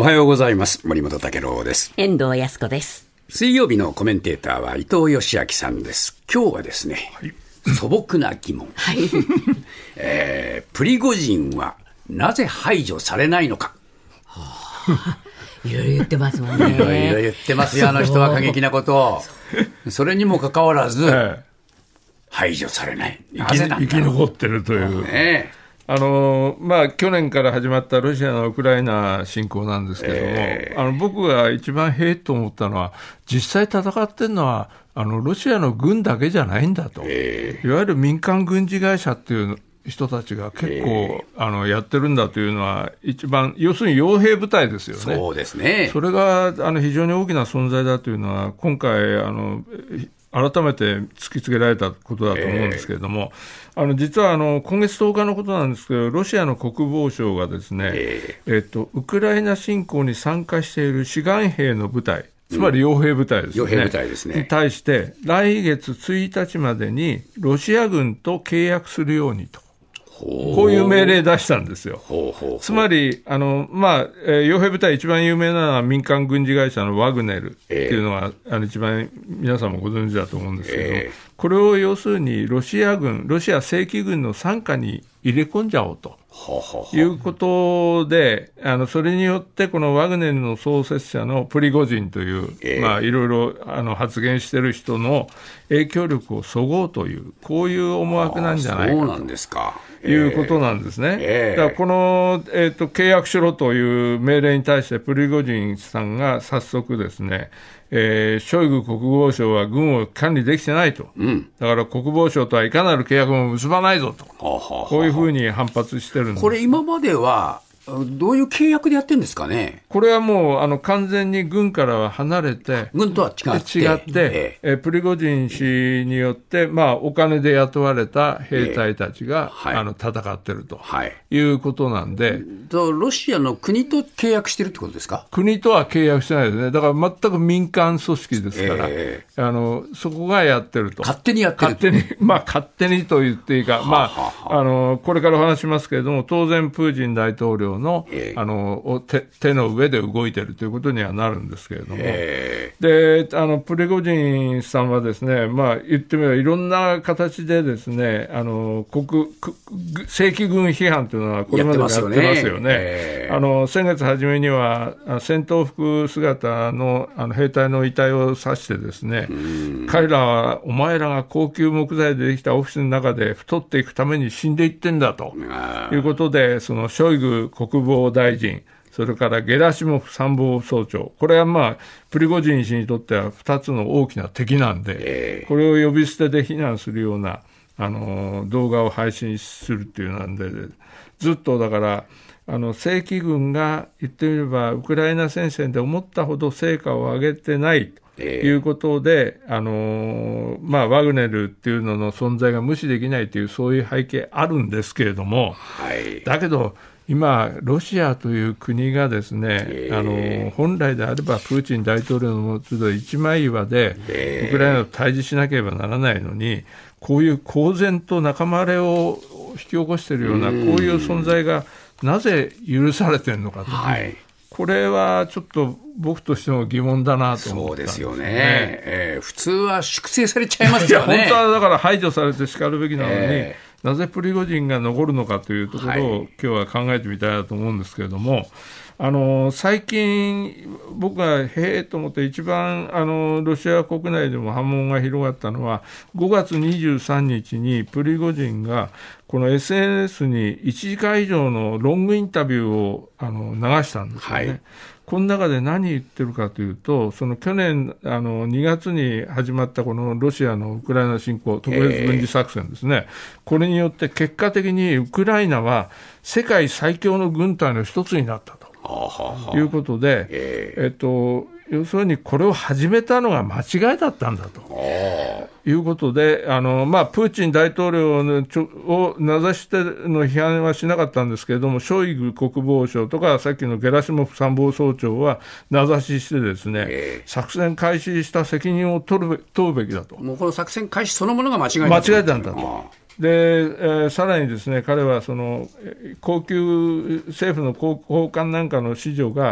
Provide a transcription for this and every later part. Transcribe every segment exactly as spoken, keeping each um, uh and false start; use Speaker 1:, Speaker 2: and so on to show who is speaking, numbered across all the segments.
Speaker 1: はようございます。森本武郎です。
Speaker 2: 遠藤康子です。
Speaker 1: 水曜日のコメンテーターは伊藤義明さんです。今日はですね、はい、素朴な疑問、はいえー、プリゴジンはなぜ排除されないのか。
Speaker 2: はあ、いろいろ言ってますもんね。
Speaker 1: いろいろ言ってますよ、あの人は過激なことを。それにもかかわらず、ええ、排除されない。なぜなんだろう。
Speaker 3: 生き残ってるという。
Speaker 1: ね、
Speaker 3: あのまあ、去年から始まったロシアのウクライナ侵攻なんですけれども、えー、あの僕が一番へえと思ったのは、実際戦ってるのはあのロシアの軍だけじゃないんだと、えー、いわゆる民間軍事会社っていう人たちが結構、えー、あのやってるんだというのは一番、要するに傭兵部隊ですよね。
Speaker 1: そうですね。
Speaker 3: それがあの非常に大きな存在だというのは今回あの改めて突きつけられたことだと思うんですけれども、えー、あの実はあの今月とおかのことなんですけど、ロシアの国防省がですね、えーえっと、ウクライナ侵攻に参加している志願兵の部隊、つまり傭兵部隊ですね、
Speaker 1: 傭兵部隊ですね、
Speaker 3: に対して来月ついたちまでにロシア軍と契約するようにと、こういう命令出したんですよ。
Speaker 1: ほうほうほう。
Speaker 3: つまりあの、まあえー、傭兵部隊一番有名なのは民間軍事会社のワグネルっていうのが、えー、あの一番皆さんもご存知だと思うんですけど、えー、これを要するにロシア軍、ロシア正規軍の傘下に入れ込んじゃおうということで、あのそれによってこのワグネルの創設者のプリゴジンという、えーまあ、いろいろあの発言している人の影響力をそごうという、こういう思惑なんじゃないかと。
Speaker 1: そうなんですか。
Speaker 3: いうことなんですね。
Speaker 1: えー、
Speaker 3: だからこの、えーと、契約しろという命令に対してプリゴジンさんが早速ですね、えー、ショイグ国防相は軍を管理できてないと、うん、だから国防省とはいかなる契約も結ばないぞと、はあはあ、こういうふうに反発してるんです。
Speaker 1: これ今まではどういう契約でやってるんですかね。
Speaker 3: これはもうあの完全に軍からは離れて、
Speaker 1: 軍とは違って、
Speaker 3: 違ってええ、プリゴジン氏によって、まあ、お金で雇われた兵隊たちが、ええ、はい、あの戦ってると、はい、いうことなんで、
Speaker 1: とロシアの国と契約してるってことですか。
Speaker 3: 国とは契約してないですね。だから全く民間組織ですから、ええ、あのそこがやってると、
Speaker 1: 勝手にやってる
Speaker 3: 勝手に、まあ、勝手にと言っていいか、まあ、あのこれからお話しますけれども、当然プーチン大統領の、えー、あの 手, 手の上で動いているということにはなるんですけれども、えー、であのプリゴジンさんはですね、まあ、言ってみればいろんな形でですね、あの国正規軍批判というのはこれまでもやってますよね。やってますよね、えー、あの先月初めには戦闘服姿 の, あの兵隊の遺体を指してですね、彼らはお前らが高級木材でできたオフィスの中で太っていくために死んでいってんだということで、そのショイグ国防大臣、それからゲラシモフ参謀総長、これはまあプリゴジン氏にとってはふたつの大きな敵なんで、これを呼び捨てで非難するようなあの動画を配信するっていうなんで、ずっとだからあの正規軍が言ってみればウクライナ戦線で思ったほど成果を上げてないということで、あのまあ、ワグネルっていうのの存在が無視できないという、そういう背景あるんですけれども、はい、だけど今ロシアという国がですね、あの本来であればプーチン大統領のもとで一枚岩でウクライナと対峙しなければならないのに、こういう公然と仲間割れを引き起こしているような、こういう存在がなぜ許されてるのかと、はい、これはちょっと僕としても疑問だなと思ったんですね。
Speaker 1: そうですよね、えー、普通は粛清されちゃいますよね。
Speaker 3: いや本当はだから排除されてしかるべきなのに、えーなぜプリゴジンが残るのかというところを、はい、今日は考えてみたいなと思うんですけれども、あの最近僕がへえと思って一番あのロシア国内でも波紋が広がったのは、ごがつにじゅうさんにちにプリゴジンがこの エスエヌエス にいちじかん以上のロングインタビューをあの流したんですよね、はい。この中で何言ってるかというと、その去年あのにがつに始まったこのロシアのウクライナ侵攻、特別軍事作戦ですね、えー、これによって結果的にウクライナは世界最強の軍隊の一つになったということで、えーえっと、要するにこれを始めたのが間違いだったんだということで、あの、まあ、プーチン大統領のちょを名指しての批判はしなかったんですけれども、ショイグ国防相とかさっきのゲラシモフ参謀総長は名指ししてですね、えー、作戦開始した責任を取るべ、問うべきだと。
Speaker 1: もうこの作戦開始そのものが間違いだ
Speaker 3: 間違えたんだと。で、えー、さらにですね、彼はその高級政府の高官なんかの指示が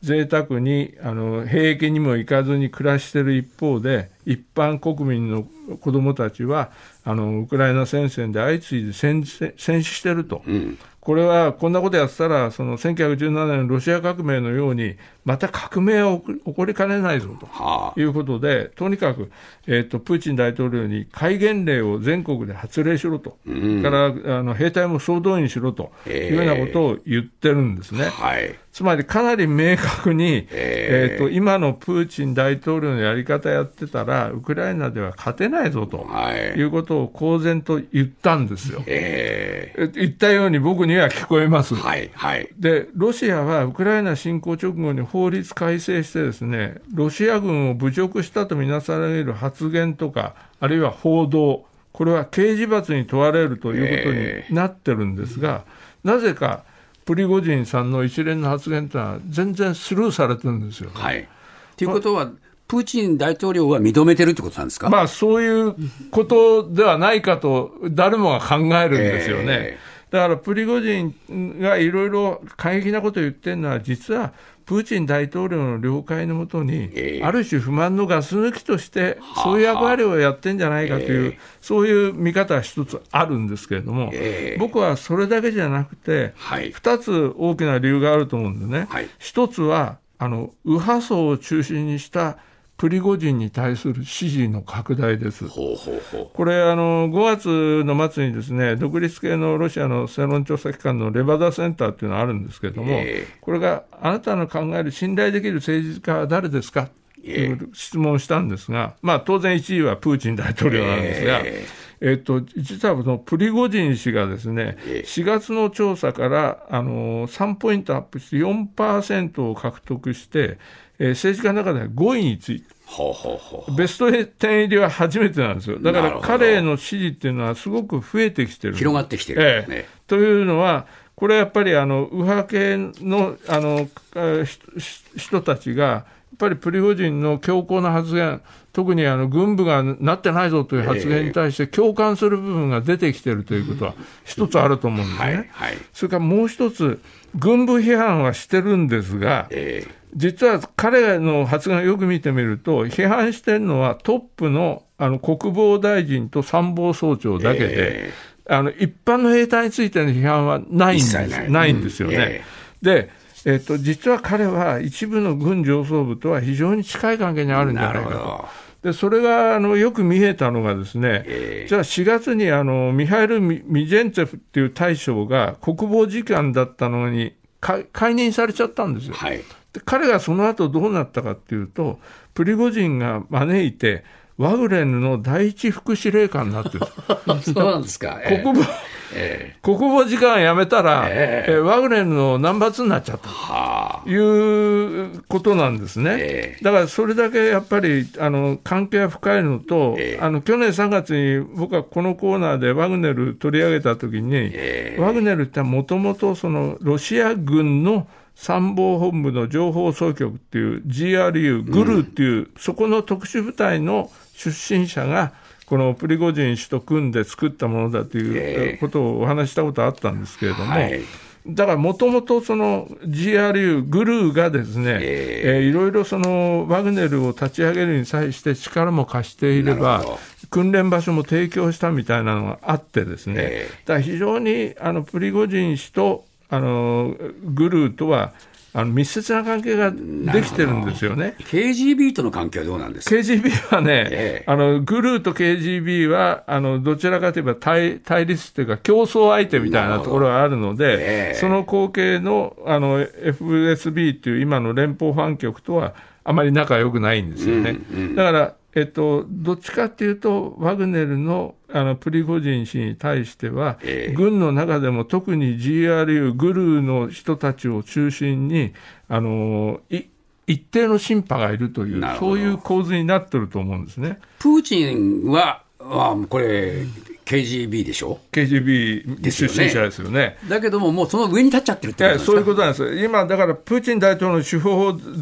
Speaker 3: 贅沢にあの兵役にも行かずに暮らしている一方で、一般国民の子どもたちはあのウクライナ戦線で相次いで戦戦死していると、うん、これはこんなことやってたらそのせんきゅうひゃくじゅうななねんのロシア革命のようにまた革命は起こりかねないぞということで、とにかく、えーと、プーチン大統領に戒厳令を全国で発令しろと、うん、からあの兵隊も総動員しろというようなことを言ってるんですね、はい、つまりかなり明確に、えーと、今のプーチン大統領のやり方やってたらウクライナでは勝てないぞということを公然と言ったんですよ、えー、言ったように僕には聞こえます、はいはい、でロシアはウクライナ侵攻直後に法律改正してですね、ロシア軍を侮辱したとみなされる発言とかあるいは報道、これは刑事罰に問われるということになってるんですが、えー、なぜかプリゴジンさんの一連の発言というのは全然スルーされてるんですよ、
Speaker 1: はい、ということはプーチン大統領は認めてるってことなんですか。
Speaker 3: まあ、そういうことではないかと誰もが考えるんですよね、えー、だからプリゴジンがいろいろ過激なことを言ってるのは実はプーチン大統領の了解のもとに、えー、ある種不満のガス抜きとしてそういう役割をやってんじゃないかという、えー、そういう見方は一つあるんですけれども、えー、僕はそれだけじゃなくて、はい、ふたつ大きな理由があると思うんでね、はい、一つはあの右派層を中心にしたプリゴジンに対する支持の拡大です。ほうほうほう。これあのごがつの末にですね、独立系のロシアの世論調査機関のレバダセンターっていうのがあるんですけれども、えー、これがあなたの考える信頼できる政治家は誰ですかという質問をしたんですが、まあ、当然いちいはプーチン大統領なんですが、えーえっと、実はこのプリゴジン氏がですね、しがつの調査からあのさんポイントアップして よんパーセント を獲得して、えー、政治家の中ではごいについて、ほうほうほう、ベストじゅう入りは初めてなんですよ。だから彼への支持っていうのはすごく増えてきてる、
Speaker 1: 広がってきてる、
Speaker 3: ええ、というのはこれはやっぱりあの右派系 の, あの人たちがやっぱりプリゴジンの強硬な発言、特にあの軍部がなってないぞという発言に対して共感する部分が出てきているということは一つあると思うんですね、はいはい、それからもう一つ、軍部批判はしてるんですが、えー、実は彼の発言をよく見てみると批判してるのはトップ の, あの国防大臣と参謀総長だけで、えー、あの一般の兵隊についての批判はないんです、ない、ないんですよね、えー、でえっと、実は彼は一部の軍上層部とは非常に近い関係にあるんじゃないかと。でそれがあのよく見えたのがですね、えー、じゃあしがつにあのミハイル・ミジェンツェフっていう大将が国防次官だったのに解任されちゃったんですよ、はい、で彼がその後どうなったかっていうと、プリゴジンが招いてワグネルの第一副司令官になってる
Speaker 1: そうなんですか、
Speaker 3: えー、国防えー、国防次官辞めたら、えーえー、ワグネルのナンバーツーになっちゃったということなんですね、えー、だからそれだけやっぱりあの関係が深いのと、えー、あの去年さんがつに僕はこのコーナーでワグネル取り上げたときに、えー、ワグネルってもともとロシア軍の参謀本部の情報総局っていう ジーアールユー、グルーっていう、うん、そこの特殊部隊の出身者がこのプリゴジン氏と組んで作ったものだということをお話したことあったんですけれども、はい、だからもともとその ジーアールユー グルーがですね、えーえー、いろいろそのワグネルを立ち上げるに際して力も貸していれば訓練場所も提供したみたいなのがあってですね、えー、だから非常にあのプリゴジン氏とあのグルーとはあの密接な関係ができてるんですよね。
Speaker 1: ケージービー との関係はどうなんですか。
Speaker 3: ケージービー はね、ええ、あのグルーと ケージービー はあのどちらかといえば 対, 対立というか競争相手みたいなところがあるので、ええ、その後継 の, あの エフエスビー という今の連邦保安局とはあまり仲良くないんですよね、うんうん、だからえっと、どっちかっていうとワグネル の, あのプリゴジン氏に対しては、えー、軍の中でも特に ジーアールユー グルーの人たちを中心にあのい一定のシンパがいるというそういう構図になってると思うんですね。
Speaker 1: プーチンはあこれ ケージービー でしょ。
Speaker 3: ケージービー 出身者ですよね。
Speaker 1: だけどももうその上に立っちゃってるってことなんですか。
Speaker 3: そういうことなんです。今だからプーチン大統領の手法をず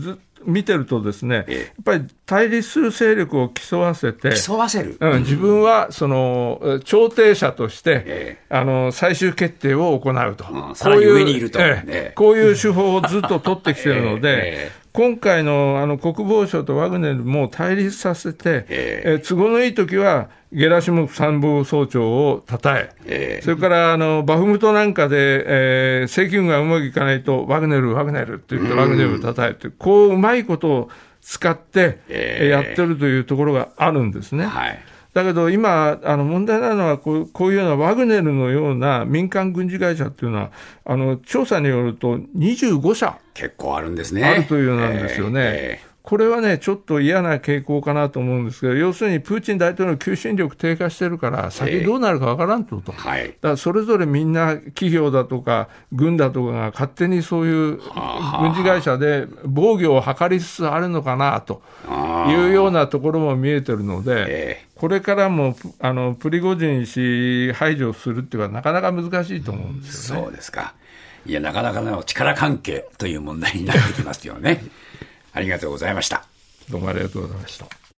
Speaker 3: 見てるとですね、
Speaker 1: ええ、
Speaker 3: やっぱり対立する勢力を競わせて、
Speaker 1: 競わせる、
Speaker 3: うん、自分はその調停者として、
Speaker 1: ええ、
Speaker 3: あの最終決定を行うと、
Speaker 1: うん、さらに上にいると、
Speaker 3: ええ、こういう手法をずっと取ってきているので、ええ、今回 の, あの国防省とワグネルも対立させて、えええ都合のいいときはゲラシモフ参謀総長をたたえ、ええ、それからあのバフムトなんかで、えー、正規軍がうまくいかないとワグネル、ワグネルって言ってワグネルをたたえて、こううまいことを使ってやってるというところがあるんですね。はい、だけど今、あの問題なのはこう、こういうようなワグネルのような民間軍事会社っていうのは、あの調査によるとにじゅうごしゃ
Speaker 1: 結構あるんですね。
Speaker 3: あるというようなんですよね。えーえーこれはね、ちょっと嫌な傾向かなと思うんですけど、要するにプーチン大統領の求心力低下してるから、先どうなるかわからんと、えーはい、だからそれぞれみんな企業だとか軍だとかが勝手にそういう軍事会社で防御を図りつつあるのかなというようなところも見えてるので、えー、これからもあのプリゴジン氏排除するっていうのはなかなか難しいと思うんですよね。
Speaker 1: そうですか。いや、なかなかの力関係という問題になってきますよね。ありがとうございました。
Speaker 3: どうもありがとうございました。